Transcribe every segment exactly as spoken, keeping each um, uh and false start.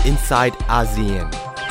inside ASEAN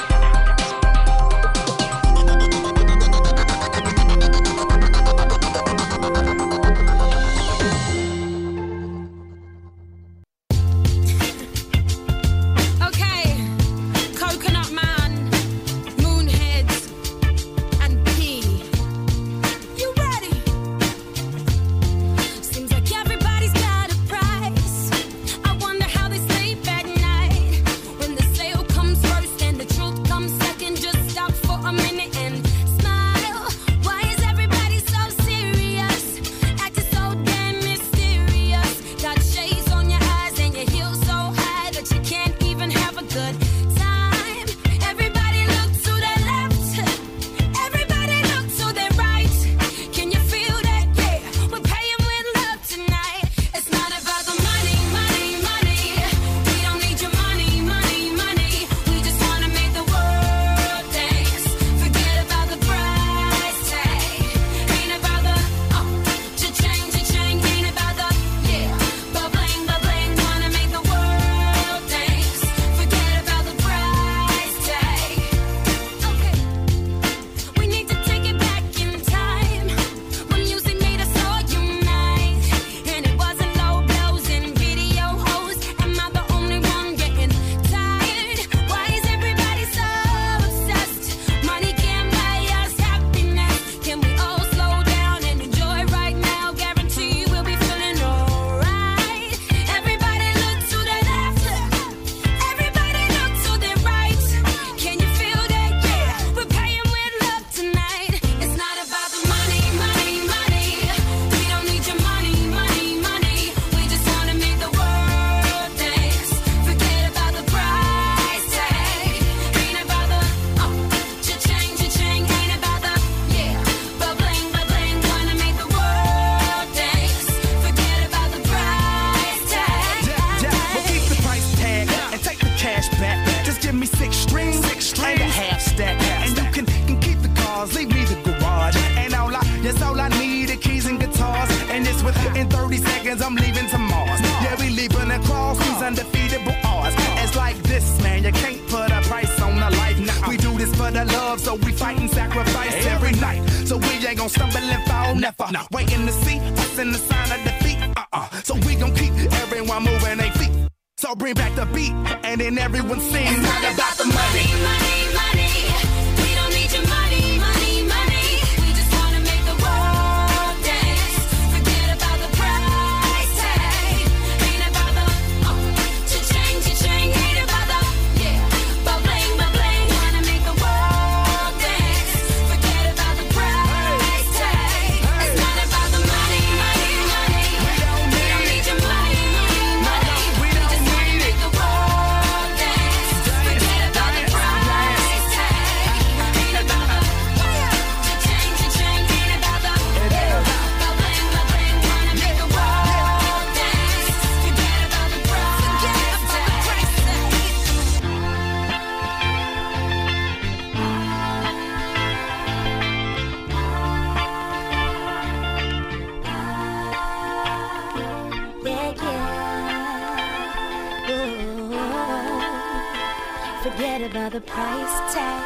Forget about the price tag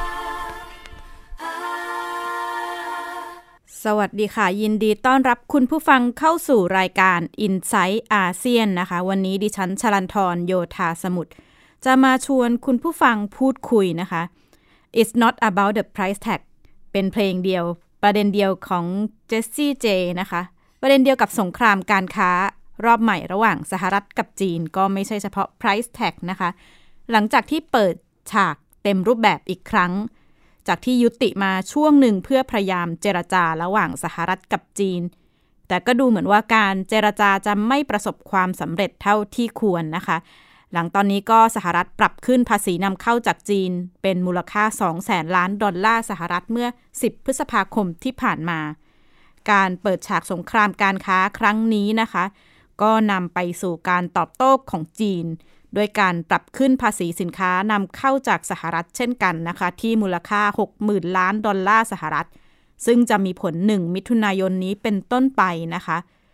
สวัสดีค่ะยินดีต้อนรับคุณผู้ฟังเข้าสู่รายการ Insight อาเซียนนะคะวันนี้ดิฉันชลันธรโยธาสมุทรจะมาชวนคุณผู้ฟังพูดคุยนะคะ It's not about the price tag เป็นเพลงเดียวประเด็นเดียวของเจสซี่เจนะคะประเด็นเดียวกับสงครามการค้ารอบใหม่ระหว่างสหรัฐกับจีนก็ไม่ใช่เฉพาะ price tag นะคะหลังจากที่เปิดฉากเต็มรูปแบบอีกครั้งจากที่ยุติมาช่วงหนึ่งเพื่อพยายามเจรจาระหว่างสหรัฐกับจีนแต่ก็ดูเหมือนว่าการเจรจาจะไม่ประสบความสำเร็จเท่าที่ควรนะคะหลังตอนนี้ก็สหรัฐปรับขึ้นภาษีนำเข้าจากจีนเป็นมูลค่า สองแสนล้านดอลลาร์สหรัฐเมื่อสิบพฤษภาคมที่ผ่านมาการเปิดฉากสงครามการค้าครั้งนี้นะคะก็นำไปสู่การตอบโต้ของจีนด้วยการปรับขึ้นภาษีสินค้านำเข้าจากสหรัฐเช่นกันนะคะที่มูลค่า หกหมื่นล้านดอลลาร์สหรัฐซึ่งจะมีผลหนึ่งมิถุนายนนี้เป็นต้นไปนะคะ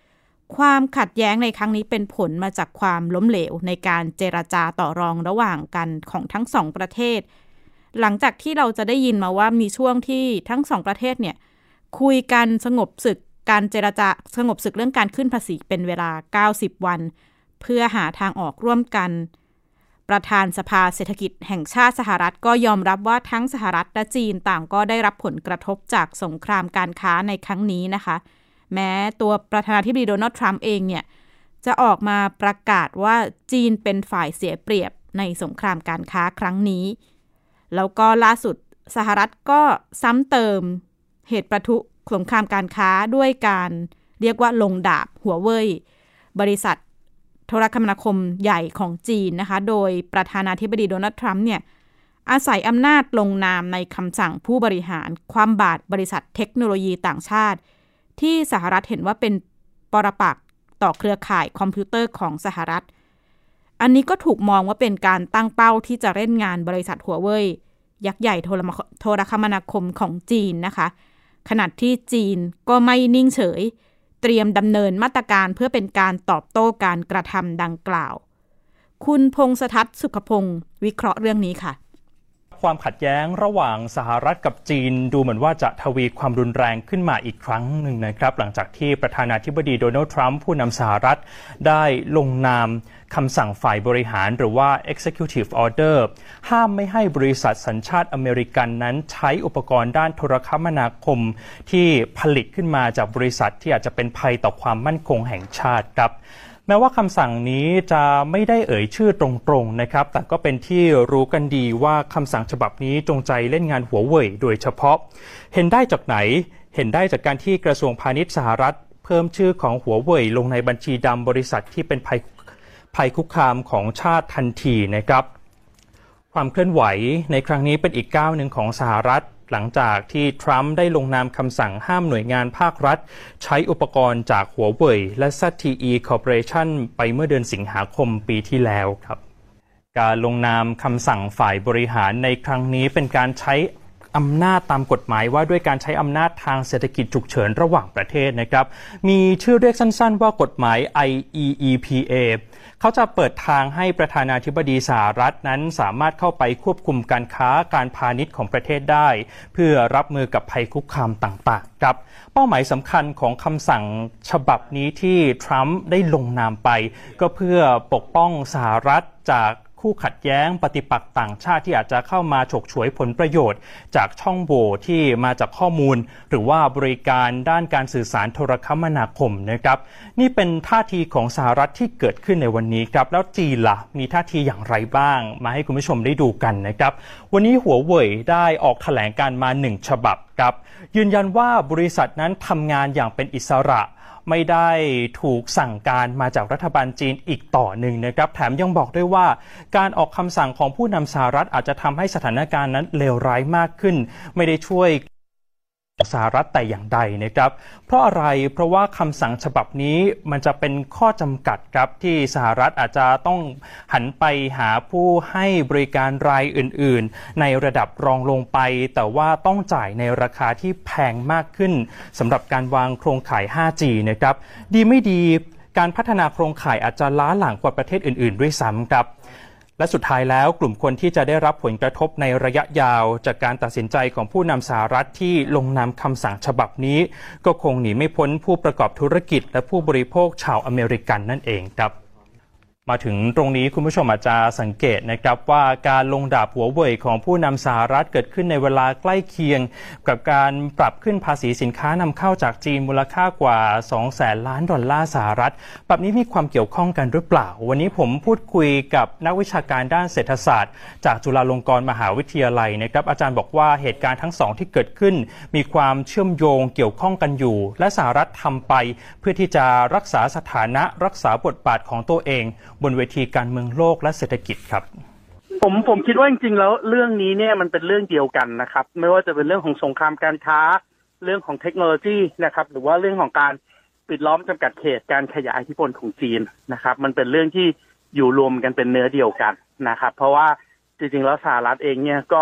ความขัดแย้งในครั้งนี้เป็นผลมาจากความล้มเหลวในการเจรจาต่อรองระหว่างกันของทั้งสองประเทศหลังจากที่เราจะได้ยินมาว่ามีช่วงที่ทั้งสองประเทศเนี่ยคุยกันสงบศึกการเจรจาสงบศึกเรื่องการขึ้นภาษีเป็นเวลาเก้าสิบวันเพื่อหาทางออกร่วมกันประธานสภาเศรษฐกิจแห่งชาติสหรัฐก็ยอมรับว่าทั้งสหรัฐและจีนต่างก็ได้รับผลกระทบจากสงครามการค้าในครั้งนี้นะคะแม้ตัวประธานาธิบดีโดนัลด์ทรัมป์เองเนี่ยจะออกมาประกาศว่าจีนเป็นฝ่ายเสียเปรียบในสงครามการค้าครั้งนี้แล้วก็ล่าสุดสหรัฐก็ซ้ำเติมเหตุประทุสงครามการค้าด้วยการเรียกว่าลงดาบหัวเว่ยบริษัทโทรคมนาคมใหญ่ของจีนนะคะโดยประธานาธิบดีโดนัลด์ทรัมป์เนี่ยอาศัยอำนาจลงนามในคำสั่งผู้บริหารคว่ำบาตรบริษัทเทคโนโลยีต่างชาติที่สหรัฐเห็นว่าเป็นปรปักษ์ต่อเครือข่ายคอมพิวเตอร์ของสหรัฐอันนี้ก็ถูกมองว่าเป็นการตั้งเป้าที่จะเล่นงานบริษัทหัวเว่ยยักษ์ใหญ่โทรคมนาคมของจีนนะคะขณะที่จีนก็ไม่นิ่งเฉยเตรียมดำเนินมาตรการเพื่อเป็นการตอบโต้การกระทำดังกล่าวคุณพงษ์ทัศน์สุขพงศ์วิเคราะห์เรื่องนี้ค่ะความขัดแย้งระหว่างสหรัฐกับจีนดูเหมือนว่าจะทวีความรุนแรงขึ้นมาอีกครั้งหนึ่งนะครับหลังจากที่ประธานาธิบดีโดนัลด์ทรัมป์ผู้นำสหรัฐได้ลงนามคำสั่งฝ่ายบริหารหรือว่า Executive Order ห้ามไม่ให้บริษัทสัญชาติอเมริกันนั้นใช้อุปกรณ์ด้านโทรคมนาคมที่ผลิตขึ้นมาจากบริษัทที่อาจจะเป็นภัยต่อความมั่นคงแห่งชาติครับแม้ว่าคำสั่งนี้จะไม่ได้เอ่ยชื่อตรงๆนะครับแต่ก็เป็นที่รู้กันดีว่าคำสั่งฉบับนี้จงใจเล่นงานหัวเว่ยโดยเฉพาะเห็นได้จากไหนเห็นได้จากการที่กระทรวงพาณิชย์สหรัฐเพิ่มชื่อของหัวเว่ยลงในบัญชีดำบริษัทที่เป็นภัยภัยคุกคามของชาติทันทีนะครับความเคลื่อนไหวในครั้งนี้เป็นอีกก้าวหนึ่งของสหรัฐหลังจากที่ทรัมป์ได้ลงนามคำสั่งห้ามหน่วยงานภาครัฐใช้อุปกรณ์จากหัวเว่ยและ ซี ที อี Corporation ไปเมื่อเดือนสิงหาคมปีที่แล้วครับการลงนามคำสั่งฝ่ายบริหารในครั้งนี้เป็นการใช้อำนาจตามกฎหมายว่าด้วยการใช้อำนาจทางเศรษฐกิจฉุกเฉินระหว่างประเทศนะครับมีชื่อเรียกสั้นๆว่ากฎหมาย ไอ อี อี พี เอ เขาจะเปิดทางให้ประธานาธิบดีสหรัฐนั้นสามารถเข้าไปควบคุมการค้าการพาณิชย์ของประเทศได้เพื่อรับมือกับภัยคุกคามต่างๆครับเป้าหมายสำคัญของคำสั่งฉบับนี้ที่ทรัมป์ได้ลงนามไปก็เพื่อปกป้องสหรัฐจากคู่ขัดแย้งปฏิปักษ์ต่างชาติที่อาจจะเข้ามาฉกฉวยผลประโยชน์จากช่องโหว่ที่มาจากข้อมูลหรือว่าบริการด้านการสื่อสารโทรคมนาคมนะครับนี่เป็นท่าทีของสหรัฐที่เกิดขึ้นในวันนี้ครับแล้วจีนล่ะมีท่าทีอย่างไรบ้างมาให้คุณผู้ชมได้ดูกันนะครับวันนี้หัวเว่ยได้ออกแถลงการมาหนึ่งฉบับครับยืนยันว่าบริษัทนั้นทำงานอย่างเป็นอิสระไม่ได้ถูกสั่งการมาจากรัฐบาลจีนอีกต่อหนึ่งนะครับแถมยังบอกด้วยว่าการออกคำสั่งของผู้นำสหรัฐอาจจะทำให้สถานการณ์นั้นเลวร้ายมากขึ้นไม่ได้ช่วยสหรัฐแต่อย่างใดนะครับเพราะอะไรเพราะว่าคำสั่งฉบับนี้มันจะเป็นข้อจำกัดครับที่สหรัฐอาจจะต้องหันไปหาผู้ให้บริการรายอื่นๆในระดับรองลงไปแต่ว่าต้องจ่ายในราคาที่แพงมากขึ้นสำหรับการวางโครงข่าย ไฟว์จี นะครับดีไม่ดีการพัฒนาโครงข่ายอาจจะล้าหลังกว่าประเทศอื่นๆด้วยซ้ำครับและสุดท้ายแล้วกลุ่มคนที่จะได้รับผลกระทบในระยะยาวจากการตัดสินใจของผู้นำสหรัฐที่ลงนามคำสั่งฉบับนี้ก็คงหนีไม่พ้นผู้ประกอบธุรกิจและผู้บริโภคชาวอเมริกันนั่นเองครับมาถึงตรงนี้คุณผู้ชมอาจจะสังเกตนะครับว่าการลงดาบหัวเว่ยของผู้นำสหรัฐเกิดขึ้นในเวลาใกล้เคียงกับการปรับขึ้นภาษีสินค้านำเข้าจากจีนมูลค่ากว่าสองแสนล้านดอลลาร์สหรัฐแบบนี้มีความเกี่ยวข้องกันหรือเปล่าวันนี้ผมพูดคุยกับนักวิชาการด้านเศรษฐศาสตร์จากจุฬาลงกรณ์มหาวิทยาลัยนะครับอาจารย์บอกว่าเหตุการณ์ทั้งสองที่เกิดขึ้นมีความเชื่อมโยงเกี่ยวข้องกันอยู่และสหรัฐทำไปเพื่อที่จะรักษาสถานะรักษาบทบาทของตัวเองบนเวทีการเมืองโลกและเศรษฐกิจครับผมผมคิดว่าจริงๆแล้วเรื่องนี้เนี่ยมันเป็นเรื่องเดียวกันนะครับไม่ว่าจะเป็นเรื่องของสงครามการค้าเรื่องของเทคโนโลยีนะครับหรือว่าเรื่องของการปิดล้อมจำกัดเขตการขยายอิทธิพลของจีนนะครับมันเป็นเรื่องที่อยู่รวมกันเป็นเนื้อเดียวกันนะครับเพราะว่าจริงๆแล้วสหรัฐเองเนี่ยก็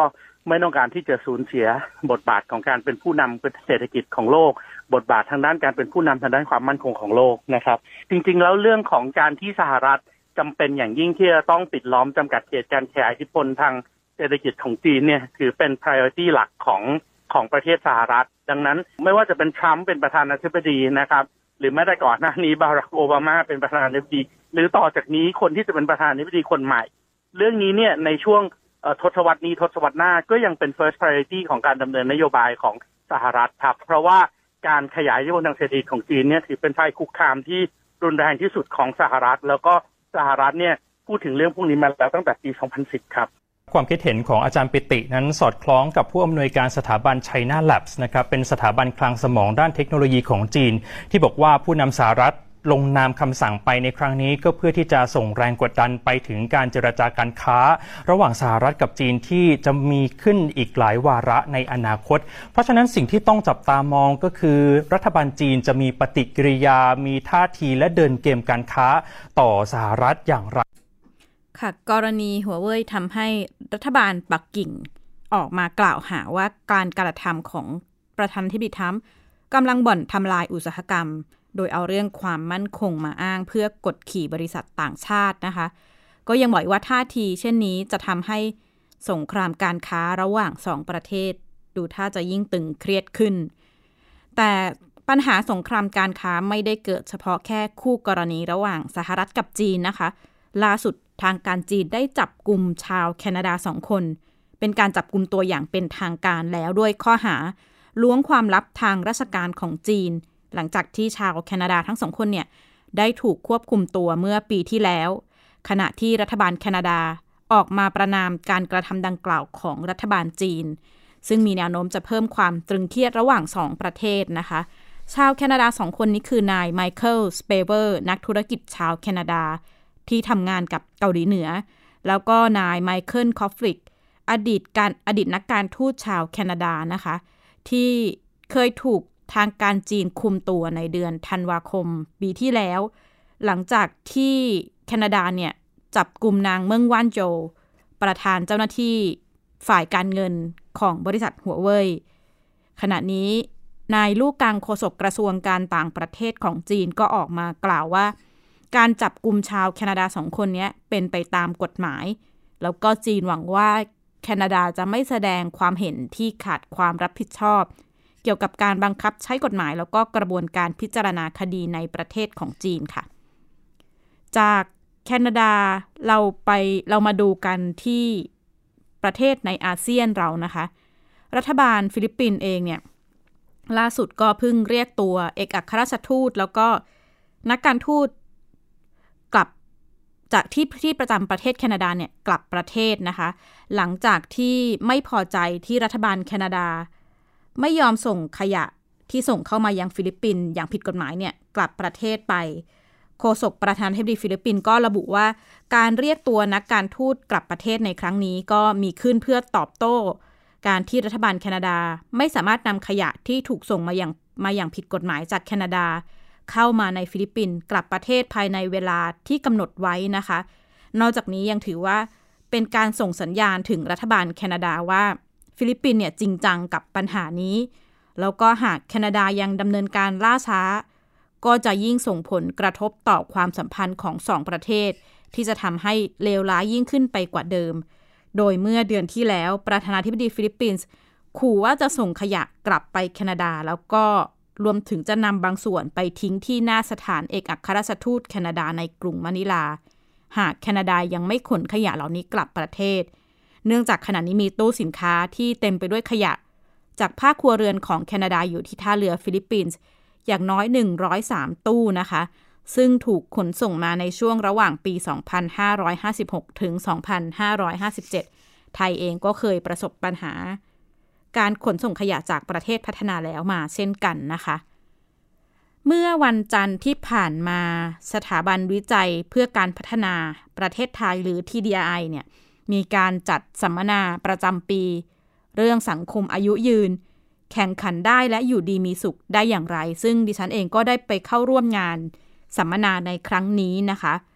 ไม่ต้องการที่จะสูญเสียบทบาทของการเป็นผู้นำเศรษฐกิจของโลกบทบาททางด้านการเป็นผู้นำทางด้านความมั่นคงของโลกนะครับจริงๆแล้วเรื่องของการที่สหรัฐจำเป็นอย่างยิ่งที่จะต้องปิดล้อมจำกัดเขตการขยายอิทธิพลทางเศรษฐกิจของจีนเนี่ยถือเป็น priority หลักของของประเทศสหรัฐดังนั้นไม่ว่าจะเป็นทรัมป์เป็นประธานาธิบดีนะครับหรือแม้แต่ก่อนหน้านี้บารักโอบามาเป็นประธานาธิบดีหรือต่อจากนี้คนที่จะเป็นประธานาธิบดีคนใหม่เรื่องนี้เนี่ยในช่วงทศวรรษนี้ทศวรรษหน้าก็ยังเป็น first priority ของการดำเนินนโยบายของสหรัฐครับเพราะว่าการขยายอิทธิพลทางเศรษฐกิจของจีนเนี่ยถือเป็นภัยคุกคามที่รุนแรงที่สุดของสหรัฐแล้วก็สหรัฐเนี่ยพูดถึงเรื่องพวกนี้มาแล้วตั้งแต่ปีสองพันสิบครับความคิดเห็นของอาจารย์ปิตินั้นสอดคล้องกับผู้อำนวยการสถาบัน China Labs นะครับเป็นสถาบันคลังสมองด้านเทคโนโลยีของจีนที่บอกว่าผู้นำสหรัฐลงนามคำสั่งไปในครั้งนี้ก็เพื่อที่จะส่งแรงกดดันไปถึงการเจรจาการค้าระหว่างสหรัฐกับจีนที่จะมีขึ้นอีกหลายวาระในอนาคตเพราะฉะนั้นสิ่งที่ต้องจับตามองก็คือรัฐบาลจีนจะมีปฏิกิริยามีท่าทีและเดินเกมการค้าต่อสหรัฐอย่างไรค่ะกรณีหัวเว่ยทำให้รัฐบาลปักกิ่งออกมากล่าวหาว่าการกระทำของประธานาธิบดีทรัมป์กำลังบ่อนทำลายอุตสาหกรรมโดยเอาเรื่องความมั่นคงมาอ้างเพื่อกดขี่บริษัทต่างชาตินะคะก็ยังบอกว่าท่าทีเช่นนี้จะทำให้สงครามการค้าระหว่างสองประเทศดูท่าจะยิ่งตึงเครียดขึ้นแต่ปัญหาสงครามการค้าไม่ได้เกิดเฉพาะแค่คู่กรณีระหว่างสหรัฐกับจีนนะคะล่าสุดทางการจีนได้จับกุมชาวแคนาดาสองคนเป็นการจับกุมตัวอย่างเป็นทางการแล้วด้วยข้อหาล้วงความลับทางราชการของจีนหลังจากที่ชาวแคนาดาทั้งสองคนเนี่ยได้ถูกควบคุมตัวเมื่อปีที่แล้วขณะที่รัฐบาลแคนาดาออกมาประณามการกระทำดังกล่าวของรัฐบาลจีนซึ่งมีแนวโน้มจะเพิ่มความตรึงเครียดระหว่างสองประเทศนะคะชาวแคนาดาสองคนนี้คือนายไมเคิลสเปเวอร์นักธุรกิจชาวแคนาดาที่ทำงานกับเกาหลีเหนือแล้วก็นายไมเคิลคอฟฟลิกอดีตการอดีตนักการทูตชาวแคนาดานะคะที่เคยถูกทางการจีนคุมตัวในเดือนธันวาคมปีที่แล้วหลังจากที่แคนาดาเนี่ยจับกุมนางเมิงว่านโจประธานเจ้าหน้าที่ฝ่ายการเงินของบริษัทหัวเว่ยขณะนี้นายลู่กังโฆษกกระทรวงการต่างประเทศของจีนก็ออกมากล่าวว่าการจับกุมชาวแคนาดาสองคนนี้เป็นไปตามกฎหมายแล้วก็จีนหวังว่าแคนาดาจะไม่แสดงความเห็นที่ขาดความรับผิดชอบเกี่ยวกับการบังคับใช้กฎหมายแล้วก็กระบวนการพิจารณาคดีในประเทศของจีนค่ะจากแคนาดาเราไปเรามาดูกันที่ประเทศในอาเซียนเรานะคะรัฐบาลฟิลิปปินส์เองเนี่ยล่าสุดก็เพิ่งเรียกตัวเอกอัครราชทูตแล้วก็นักการทูตกลับจากที่ที่ประจำประเทศแคนาดาเนี่ยกลับประเทศนะคะหลังจากที่ไม่พอใจที่รัฐบาลแคนาดาไม่ยอมส่งขยะที่ส่งเข้ามายังฟิลิปปินส์อย่างผิดกฎหมายเนี่ยกลับประเทศไปโฆษกประธานาธิบดีฟิลิปปินส์ก็ระบุว่าการเรียกตัวนักการทูตกลับประเทศในครั้งนี้ก็มีขึ้นเพื่อตอบโต้การที่รัฐบาลแคนาดาไม่สามารถนำขยะที่ถูกส่งมาอย่างมาอย่างผิดกฎหมายจากแคนาดาเข้ามาในฟิลิปปินส์กลับประเทศภายในเวลาที่กำหนดไว้นะคะนอกจากนี้ยังถือว่าเป็นการส่งสัญญาณถึงรัฐบาลแคนาดาว่าฟิลิปปินส์เนี่ยจริงจังกับปัญหานี้แล้วก็หากแคนาดายังดำเนินการล่าช้าก็จะยิ่งส่งผลกระทบต่อความสัมพันธ์ของสองประเทศที่จะทำให้เลวร้ายยิ่งขึ้นไปกว่าเดิมโดยเมื่อเดือนที่แล้วประธานาธิบดีฟิลิปปินส์ขู่ว่าจะส่งขยะกลับไปแคนาดาแล้วก็รวมถึงจะนำบางส่วนไปทิ้งที่หน้าสถานเอกอัครราชทูตแคนาดาในกรุงมะนิลาหากแคนาดายังไม่ขนขยะเหล่านี้กลับประเทศเนื่องจากขณะนี้มีตู้สินค้าที่เต็มไปด้วยขยะจากภาคครัวเรือนของแคนาดาอยู่ที่ท่าเรือฟิลิปปินส์อย่างน้อยหนึ่งร้อยสามตู้นะคะซึ่งถูกขนส่งมาในช่วงระหว่างปีสองพันห้าร้อยห้าสิบหกถึงสองพันห้าร้อยห้าสิบเจ็ดไทยเองก็เคยประสบปัญหาการขนส่งขยะจากประเทศพัฒนาแล้วมาเช่นกันนะคะเมื่อวันจันทร์ที่ผ่านมาสถาบันวิจัยเพื่อการพัฒนาประเทศไทยหรือ ที ดี ไอ เนี่ยมีการจัดสัมมนาประจำปีเรื่องสังคมอายุยืนแข่งขันได้และอยู่ดีมีสุขได้อย่างไรซึ่งดิฉันเองก็ได้ไปเข้าร่วมงานสัมมนาในครั้งนี้นะคะ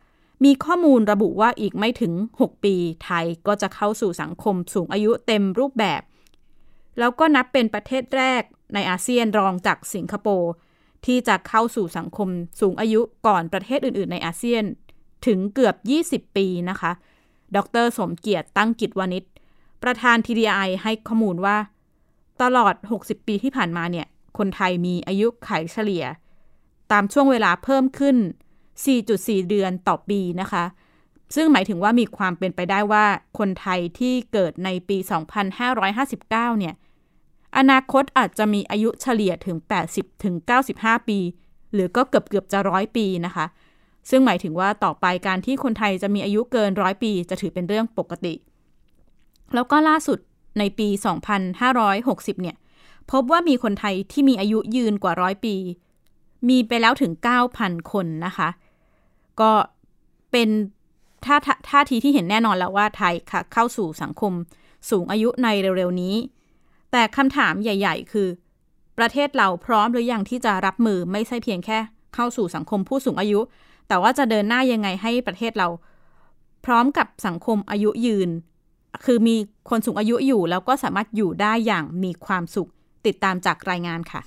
มีข้อมูลระบุว่าอีกไม่ถึงหกปีไทยก็จะเข้าสู่สังคมสูงอายุเต็มรูปแบบแล้วก็นับเป็นประเทศแรกในอาเซียนรองจากสิงคโปร์ที่จะเข้าสู่สังคมสูงอายุก่อนประเทศอื่นๆในอาเซียนถึงเกือบยี่สิบปีนะคะดร.สมเกียรติตั้งกิจวณิชประธาน ที ดี ไอ ให้ข้อมูลว่าตลอดหกสิบปีที่ผ่านมาเนี่ยคนไทยมีอายุขัยเฉลี่ยตามช่วงเวลาเพิ่มขึ้น สี่จุดสี่ เดือนต่อปีนะคะซึ่งหมายถึงว่ามีความเป็นไปได้ว่าคนไทยที่เกิดในปี สองพันห้าร้อยห้าสิบเก้า เนี่ยอนาคตอาจจะมีอายุเฉลี่ยถึง แปดสิบถึงเก้าสิบห้า ปีหรือก็เกือบเกือบจะร้อยปีนะคะซึ่งหมายถึงว่าต่อไปการที่คนไทยจะมีอายุเกินร้อยปีจะถือเป็นเรื่องปกติแล้วก็ล่าสุดในปี สองพันห้าร้อยหกสิบ เนี่ยพบว่ามีคนไทยที่มีอายุยืนกว่าร้อยปีมีไปแล้วถึง เก้าพัน คนนะคะก็เป็นท่าท่าทีที่เห็นแน่นอนแล้วว่าไทยค่ะเข้าสู่สังคมสูงอายุในเร็วๆนี้แต่คำถามใหญ่ๆคือประเทศเราพร้อมหรือยังที่จะรับมือไม่ใช่เพียงแค่เข้าสู่สังคมผู้สูงอายุแต่ว่าจะเดินหน้ายังไงให้ประเทศเราพร้อมกับสังคมอายุยืนคือมีคนสูงอายุอยู่แล้วก็สามารถอยู่ได้อย่างมีความสุขติดตามจากรายงานค่ะ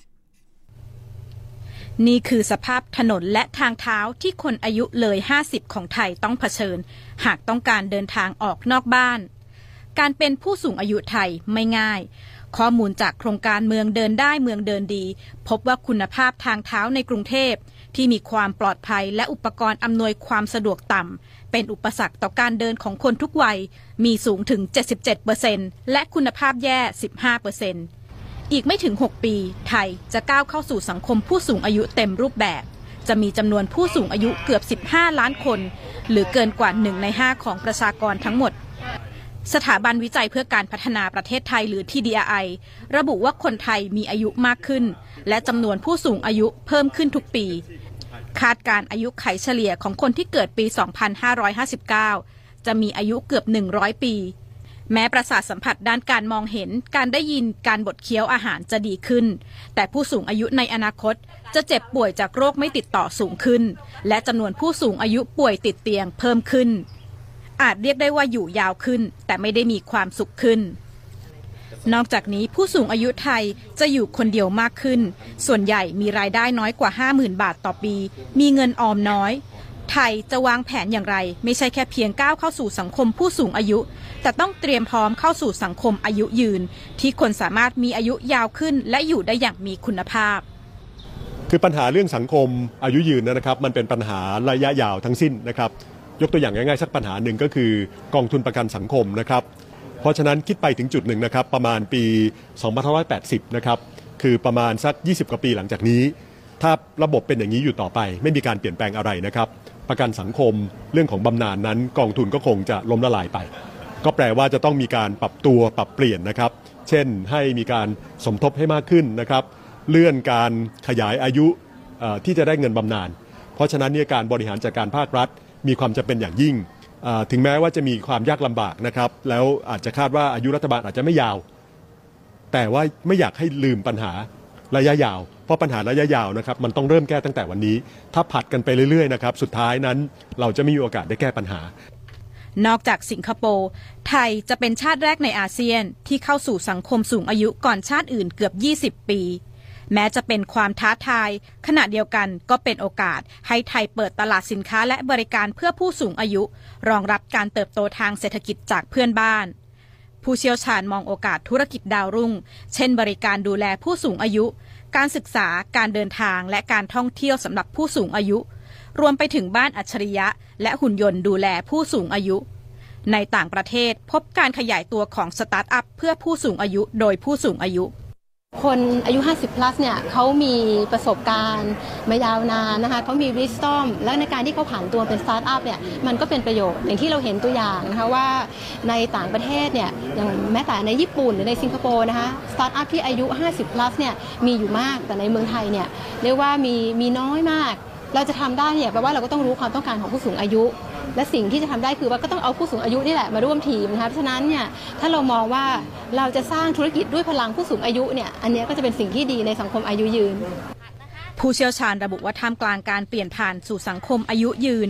นี่คือสภาพถนนและทางเท้าที่คนอายุเลยห้าสิบของไทยต้องเผชิญหากต้องการเดินทางออกนอกบ้านการเป็นผู้สูงอายุไทยไม่ง่ายข้อมูลจากโครงการเมืองเดินได้เมืองเดินดีพบว่าคุณภาพทางเท้าในกรุงเทพที่มีความปลอดภัยและอุปกรณ์อำนวยความสะดวกต่ำเป็นอุปสรรคต่อการเดินของคนทุกวัยมีสูงถึง เจ็ดสิบเจ็ดเปอร์เซ็นต์ และคุณภาพแย่ สิบห้าเปอร์เซ็นต์ อีกไม่ถึงหกปีไทยจะก้าวเข้าสู่สังคมผู้สูงอายุเต็มรูปแบบจะมีจำนวนผู้สูงอายุเกือบสิบห้าล้านคนหรือเกินกว่าหนึ่งในห้าของประชากรทั้งหมดสถาบันวิจัยเพื่อการพัฒนาประเทศไทยหรือ ที ดี ไอ ระบุว่าคนไทยมีอายุมากขึ้นและจำนวนผู้สูงอายุเพิ่มขึ้นทุกปีคาดการอายุไขเฉลี่ยของคนที่เกิดปี สองพันห้าร้อยห้าสิบเก้า จะมีอายุเกือบหนึ่งร้อยปีแม้ประสาทสัมผัสด้านการมองเห็นการได้ยินการบดเคี้ยวอาหารจะดีขึ้นแต่ผู้สูงอายุในอนาคตจะเจ็บป่วยจากโรคไม่ติดต่อสูงขึ้นและจำนวนผู้สูงอายุป่วยติดเตียงเพิ่มขึ้นอาจเรียกได้ว่าอยู่ยาวขึ้นแต่ไม่ได้มีความสุขขึ้นนอกจากนี้ผู้สูงอายุไทยจะอยู่คนเดียวมากขึ้นส่วนใหญ่มีรายได้น้อยกว่า ห้าหมื่น บาทต่อปีมีเงินออมน้อยไทยจะวางแผนอย่างไรไม่ใช่แค่เพียงก้าวเข้าสู่สังคมผู้สูงอายุแต่ต้องเตรียมพร้อมเข้าสู่สังคมอายุยืนที่คนสามารถมีอายุยาวขึ้นและอยู่ได้อย่างมีคุณภาพคือปัญหาเรื่องสังคมอายุยืนนะครับมันเป็นปัญหาระยะยาวทั้งสิ้นนะครับยกตัวอย่างง่ายๆสักปัญหาหนึ่งก็คือกองทุนประกันสังคมนะครับเพราะฉะนั้นคิดไปถึงจุดหนึ่งนะครับประมาณปีสองพันห้าร้อยแปดสิบนะครับคือประมาณสักยี่สิบกว่าปีหลังจากนี้ถ้าระบบเป็นอย่างนี้อยู่ต่อไปไม่มีการเปลี่ยนแปลงอะไรนะครับประกันสังคมเรื่องของบำนาญนั้นกองทุนก็คงจะล้มละลายไปก็แปลว่าจะต้องมีการปรับตัวปรับเปลี่ยนนะครับเช่นให้มีการสมทบให้มากขึ้นนะครับเลื่อนการขยายอายุที่จะได้เงินบำนาญเพราะฉะนั้นเนี่ยการบริหารจัดการภาครัฐมีความจำเป็นอย่างยิ่งถึงแม้ว่าจะมีความยากลำบากนะครับแล้วอาจจะคาดว่าอายุรัฐบาลอาจจะไม่ยาวแต่ว่าไม่อยากให้ลืมปัญหาระยะยาวเพราะปัญหาระยะยาวนะครับมันต้องเริ่มแก้ตั้งแต่วันนี้ถ้าผัดกันไปเรื่อยๆนะครับสุดท้ายนั้นเราจะไม่มีโอกาสได้แก้ปัญหานอกจากสิงคโปร์ไทยจะเป็นชาติแรกในอาเซียนที่เข้าสู่สังคมสูงอายุก่อนชาติอื่นเกือบยี่สิบปีแม้จะเป็นความท้าทายขณะเดียวกันก็เป็นโอกาสให้ไทยเปิดตลาดสินค้าและบริการเพื่อผู้สูงอายุรองรับการเติบโตทางเศรษฐกิจจากเพื่อนบ้านผู้เชี่ยวชาญมองโอกาสธุรกิจดาวรุ่งเช่นบริการดูแลผู้สูงอายุการศึกษาการเดินทางและการท่องเที่ยวสำหรับผู้สูงอายุรวมไปถึงบ้านอัจฉริยะและหุ่นยนต์ดูแลผู้สูงอายุในต่างประเทศพบการขยายตัวของสตาร์ทอัพเพื่อผู้สูงอายุโดยผู้สูงอายุคนอายุห้าสิบ plus เนี่ยเขามีประสบการณ์มายาวนานนะคะเขามี wisdom และในการที่เขาผ่านตัวเป็นสตาร์ทอัพเนี่ยมันก็เป็นประโยชน์อย่างที่เราเห็นตัวอย่างนะคะว่าในต่างประเทศเนี่ยอย่างแม้แต่ในญี่ปุ่นหรือในสิงคโปร์นะคะสตาร์ทอัพที่อายุห้าสิบ plus เนี่ยมีอยู่มากแต่ในเมืองไทยเนี่ยเรียกว่ามีมีน้อยมากเราจะทำได้เนี่ยแปลว่าเราก็ต้องรู้ความต้องการของผู้สูงอายุและสิ่งที่จะทำได้คือว่าก็ต้องเอาผู้สูงอายุนี่แหละมาร่วมทีมนะคะเพราะฉะนั้นเนี่ยถ้าเรามองว่าเราจะสร้างธุรกิจด้วยพลังผู้สูงอายุเนี่ยอันนี้ก็จะเป็นสิ่งที่ดีในสังคมอายุยืนผู้เชี่ยวชาญระบุว่าท่ามกลางการเปลี่ยนผ่านสู่สังคมอายุยืน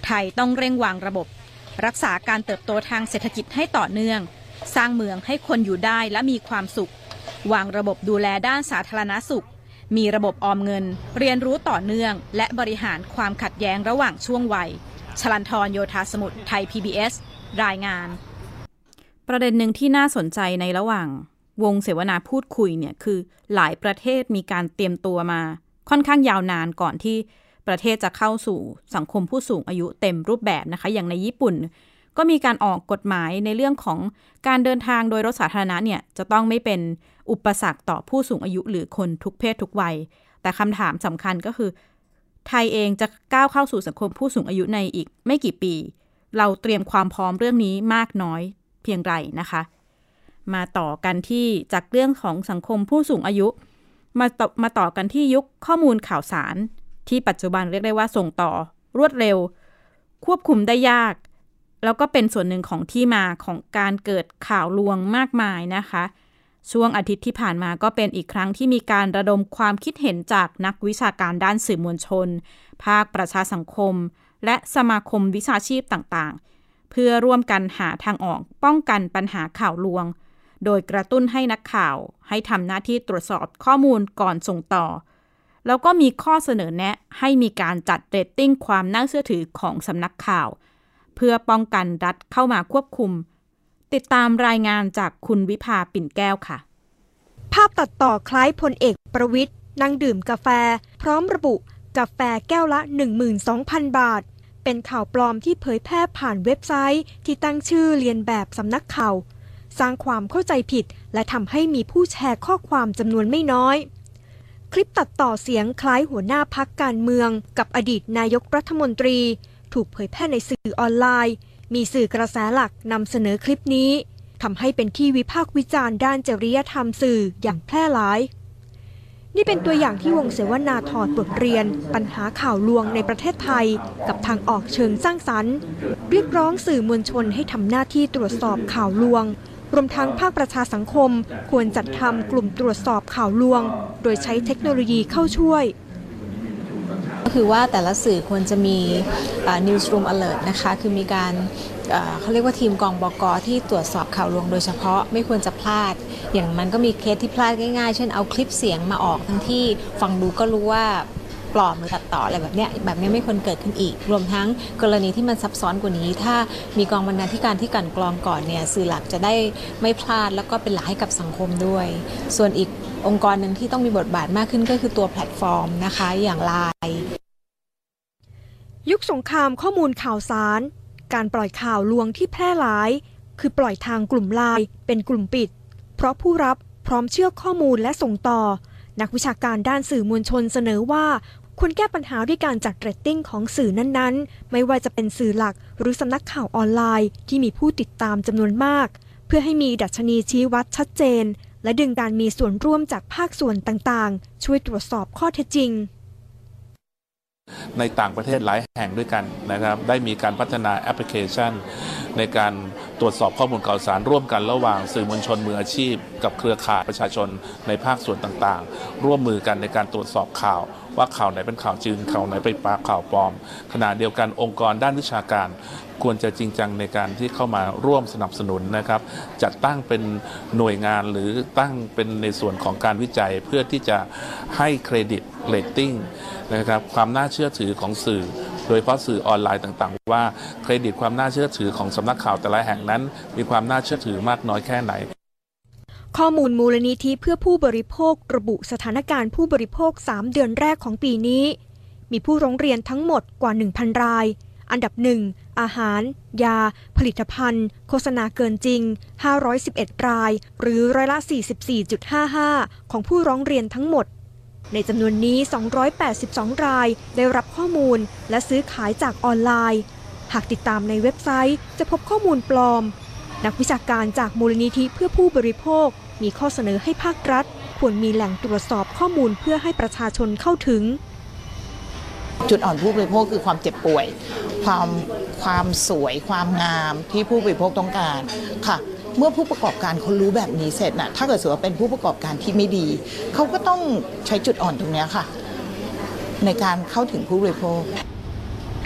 ไทยต้องเร่งวางระบบรักษาการเติบโตทางเศรษฐกิจให้ต่อเนื่องสร้างเมืองให้คนอยู่ได้และมีความสุขวางระบบดูแลด้านสาธารณสุขมีระบบออมเงินเรียนรู้ต่อเนื่องและบริหารความขัดแย้งระหว่างช่วงวัยชลันทรโยธาสมุทรไทย พี บี เอส รายงานประเด็นหนึ่งที่น่าสนใจในระหว่างวงเสวนาพูดคุยเนี่ยคือหลายประเทศมีการเตรียมตัวมาค่อนข้างยาวนานก่อนที่ประเทศจะเข้าสู่สังคมผู้สูงอายุเต็มรูปแบบนะคะอย่างในญี่ปุ่นก็มีการออกกฎหมายในเรื่องของการเดินทางโดยรถสาธารณะเนี่ยจะต้องไม่เป็นอุปสรรคต่อผู้สูงอายุหรือคนทุกเพศทุกวัยแต่คำถามสำคัญก็คือไทยเองจะก้าวเข้าสู่สังคมผู้สูงอายุในอีกไม่กี่ปีเราเตรียมความพร้อมเรื่องนี้มากน้อยเพียงไรนะคะมาต่อกันที่จากเรื่องของสังคมผู้สูงอายุมาต่อมาต่อกันที่ยุคข้อมูลข่าวสารที่ปัจจุบันเรียกได้ว่าส่งต่อรวดเร็วควบคุมได้ยากแล้วก็เป็นส่วนหนึ่งของที่มาของการเกิดข่าวลวงมากมายนะคะช่วงอาทิตย์ที่ผ่านมาก็เป็นอีกครั้งที่มีการระดมความคิดเห็นจากนักวิชาการด้านสื่อมวลชนภาคประชาสังคมและสมาคมวิชาชีพต่างๆเพื่อร่วมกันหาทางออกป้องกันปัญหาข่าวลวงโดยกระตุ้นให้นักข่าวให้ทำหน้าที่ตรวจสอบข้อมูลก่อนส่งต่อแล้วก็มีข้อเสนอแนะให้มีการจัดเรตติ้งความน่าเชื่อถือของสำนักข่าวเพื่อป้องกันรัฐเข้ามาควบคุมติดตามรายงานจากคุณวิภาปิ่นแก้วค่ะภาพตัดต่อคล้ายพลเอกประวิตรนั่งดื่มกาแฟพร้อมระบุกาแฟแก้วละ หนึ่งหมื่นสองพัน บาทเป็นข่าวปลอมที่เผยแพร่ผ่านเว็บไซต์ที่ตั้งชื่อเลียนแบบสำนักข่าวสร้างความเข้าใจผิดและทำให้มีผู้แชร์ข้อความจำนวนไม่น้อยคลิปตัดต่อเสียงคล้ายหัวหน้าพรรคการเมืองกับอดีตนายกรัฐมนตรีถูกเผยแพร่ในสื่อออนไลน์มีสื่อกระแสหลักนำเสนอคลิปนี้ทำให้เป็นที่วิพากษ์วิจารณ์ด้านจริยธรรมสื่ออย่างแพร่หลายนี่เป็นตัวอย่างที่วงเสวนาถอดบทเรียนปัญหาข่าวลวงในประเทศไทยกับทางออกเชิงสร้างสรรค์เรียกร้องสื่อมวลชนให้ทำหน้าที่ตรวจสอบข่าวลวงรวมทั้งภาคประชาสังคมควรจัดทำกลุ่มตรวจสอบข่าวลวงโดยใช้เทคโนโลยีเข้าช่วยก็คือว่าแต่ละสื่อควรจะมี newsroom alert นะคะคือมีการเขาเรียกว่าทีมกองบก.ที่ตรวจสอบข่าวลวงโดยเฉพาะไม่ควรจะพลาดอย่างมันก็มีเคสที่พลาดง่ายๆเช่นเอาคลิปเสียงมาออกทั้งที่ฟังดูก็รู้ว่าปลอมหรือตัดต่ออะไรแบบเนี้ยแบบนี้ไม่ควรเกิดขึ้นอีกรวมทั้งกรณีที่มันซับซ้อนกว่านี้ถ้ามีกองบรรณาธิการที่กลั่นกรองก่อนเนี่ยสื่อหลักจะได้ไม่พลาดแล้วก็เป็นหลักให้กับสังคมด้วยส่วนอีกองค์กรหนึ่งที่ต้องมีบทบาทมากขึ้นก็คือตัวแพลตฟอร์มนะคะอย่าง ไลน์ยุคสงครามข้อมูลข่าวสารการปล่อยข่าวลวงที่แพร่หลายคือปล่อยทางกลุ่ม ไลน์ เป็นกลุ่มปิดเพราะผู้รับพร้อมเชื่อข้อมูลและส่งต่อนักวิชาการด้านสื่อมวลชนเสนอว่าควรแก้ปัญหาด้วยการจัดเรตติ้งของสื่อนั้นๆไม่ว่าจะเป็นสื่อหลักหรือสำนักข่าวออนไลน์ที่มีผู้ติดตามจำนวนมากเพื่อให้มีดัชนีชี้วัดชัดเจนและดึงการมีส่วนร่วมจากภาคส่วนต่างๆช่วยตรวจสอบข้อเท็จจริงในต่างประเทศหลายแห่งด้วยกันนะครับได้มีการพัฒนาแอปพลิเคชันในการตรวจสอบข้อมูลข่าวสารร่วมกันระหว่างสื่อมวลชนมืออาชีพกับเครือข่ายประชาชนในภาคส่วนต่างๆร่วมมือกันในการตรวจสอบข่าวว่าข่าวไหนเป็นข่าวจริงข่าวไหนเป็นข่าวปลอมขณะเดียวกันองค์กรด้านวิชาการควรจะจริงจังในการที่เข้ามาร่วมสนับสนุนนะครับจัดตั้งเป็นหน่วยงานหรือตั้งเป็นในส่วนของการวิจัยเพื่อที่จะให้เครดิตเรตติ้งนะครับความน่าเชื่อถือของสื่อโดยเฉพาะสื่อออนไลน์ต่างๆว่าเครดิตความน่าเชื่อถือของสำนักข่าวแต่ละแห่งนั้นมีความน่าเชื่อถือมากน้อยแค่ไหนข้อมูลมูลนิธิเพื่อผู้บริโภคระบุสถานการณ์ผู้บริโภคสามเดือนแรกของปีนี้มีผู้ร้องเรียนทั้งหมดกว่า หนึ่งพัน รายอันดับหนึ่งอาหารยาผลิตภัณฑ์โฆษณาเกินจริงห้าร้อยสิบเอ็ดรายหรือร้อยละ สี่สิบสี่จุดห้าห้า ของผู้ร้องเรียนทั้งหมดในจำนวนนี้สองร้อยแปดสิบสองรายได้รับข้อมูลและซื้อขายจากออนไลน์หากติดตามในเว็บไซต์จะพบข้อมูลปลอมนักวิชาการจากมูลนิธิเพื่อผู้บริโภคมีข้อเสนอให้ภาครัฐควรมีแหล่งตรวจสอบข้อมูลเพื่อให้ประชาชนเข้าถึงจุดอ่อนผู้บริโภคคือความเจ็บป่วยความความสวยความงามที่ผู้บริโภคต้องการค่ะเมื่อผู้ประกอบการเขารู้แบบนี้เสร็จนะถ้าเกิดสมมติว่าเป็นผู้ประกอบการที่ไม่ดีเขาก็ต้องใช้จุดอ่อนตรงนี้ค่ะในการเข้าถึงผู้บริโภค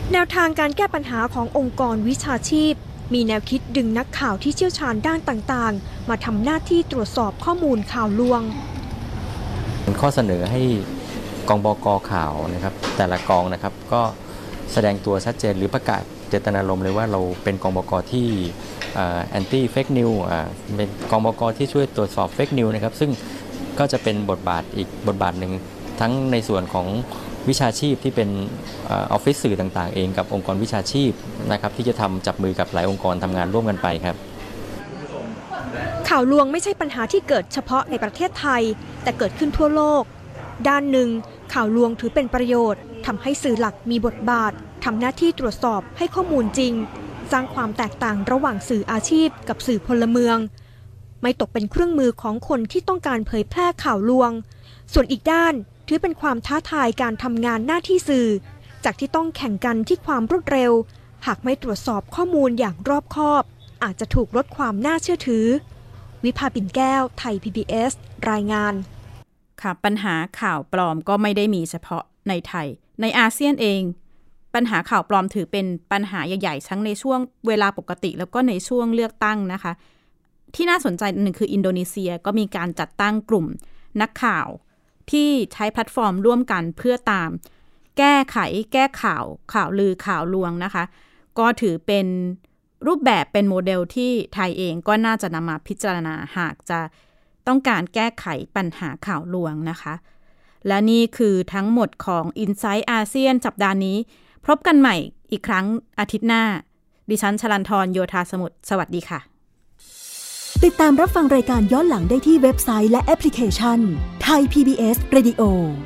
แนวทางการแก้ปัญหาขององค์กรวิชาชีพมีแนวคิดดึงนักข่าวที่เชี่ยวชาญด้านต่างๆมาทำหน้าที่ตรวจสอบข้อมูลข่าวลวงข้อเสนอให้กองบก.ข่าวนะครับแต่ละกองนะครับก็แสดงตัวชัดเจนหรือประกาศเจตนารมณ์เลยว่าเราเป็นกองบก.ที่แอนตี้เฟกนิวเป็นกองบก.ที่ช่วยตรวจสอบเฟกนิวนะครับซึ่งก็จะเป็นบทบาทอีกบทบาทหนึ่งทั้งในส่วนของวิชาชีพที่เป็นออฟฟิศสื่อต่างๆเองกับองค์กรวิชาชีพนะครับที่จะทำจับมือกับหลายองค์กรทำงานร่วมกันไปครับข่าวลวงไม่ใช่ปัญหาที่เกิดเฉพาะในประเทศไทยแต่เกิดขึ้นทั่วโลกด้านหนึ่งข่าวลวงถือเป็นประโยชน์ทำให้สื่อหลักมีบทบาททำหน้าที่ตรวจสอบให้ข้อมูลจริงสร้างความแตกต่างระหว่างสื่ออาชีพกับสื่อพลเมืองไม่ตกเป็นเครื่องมือของคนที่ต้องการเผยแพร่ข่าวลวงส่วนอีกด้านถือเป็นความท้าทายการทำงานหน้าที่สื่อจากที่ต้องแข่งกันที่ความรวดเร็วหากไม่ตรวจสอบข้อมูลอย่างรอบคอบอาจจะถูกลดความน่าเชื่อถือวิภาปิ่นแก้วไทย พี บี เอส รายงานค่ะปัญหาข่าวปลอมก็ไม่ได้มีเฉพาะในไทยในอาเซียนเองปัญหาข่าวปลอมถือเป็นปัญหาใหญ่ๆทั้งในช่วงเวลาปกติแล้วก็ในช่วงเลือกตั้งนะคะที่น่าสนใจหนึ่งคืออินโดนีเซียก็มีการจัดตั้งกลุ่มนักข่าวที่ใช้แพลตฟอร์มร่วมกันเพื่อตามแก้ไขแก้ข่าวข่าวลือข่าวลวงนะคะก็ถือเป็นรูปแบบเป็นโมเดลที่ไทยเองก็น่าจะนำมาพิจารณาหากจะต้องการแก้ไขปัญหาข่าวลวงนะคะและนี่คือทั้งหมดของ Insight อาเซียนสัปดาห์นี้พบกันใหม่อีกครั้งอาทิตย์หน้าดิฉันชลันทรโยธาสมุทรสวัสดีค่ะติดตามรับฟังรายการย้อนหลังได้ที่เว็บไซต์และแอปพลิเคชัน Thai พี บี เอส Radio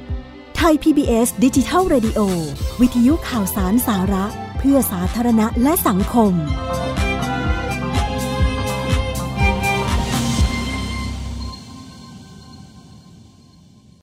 Thai พี บี เอส Digital Radio วิทยุข่าวสารสาระเพื่อสาธารณะและสังคม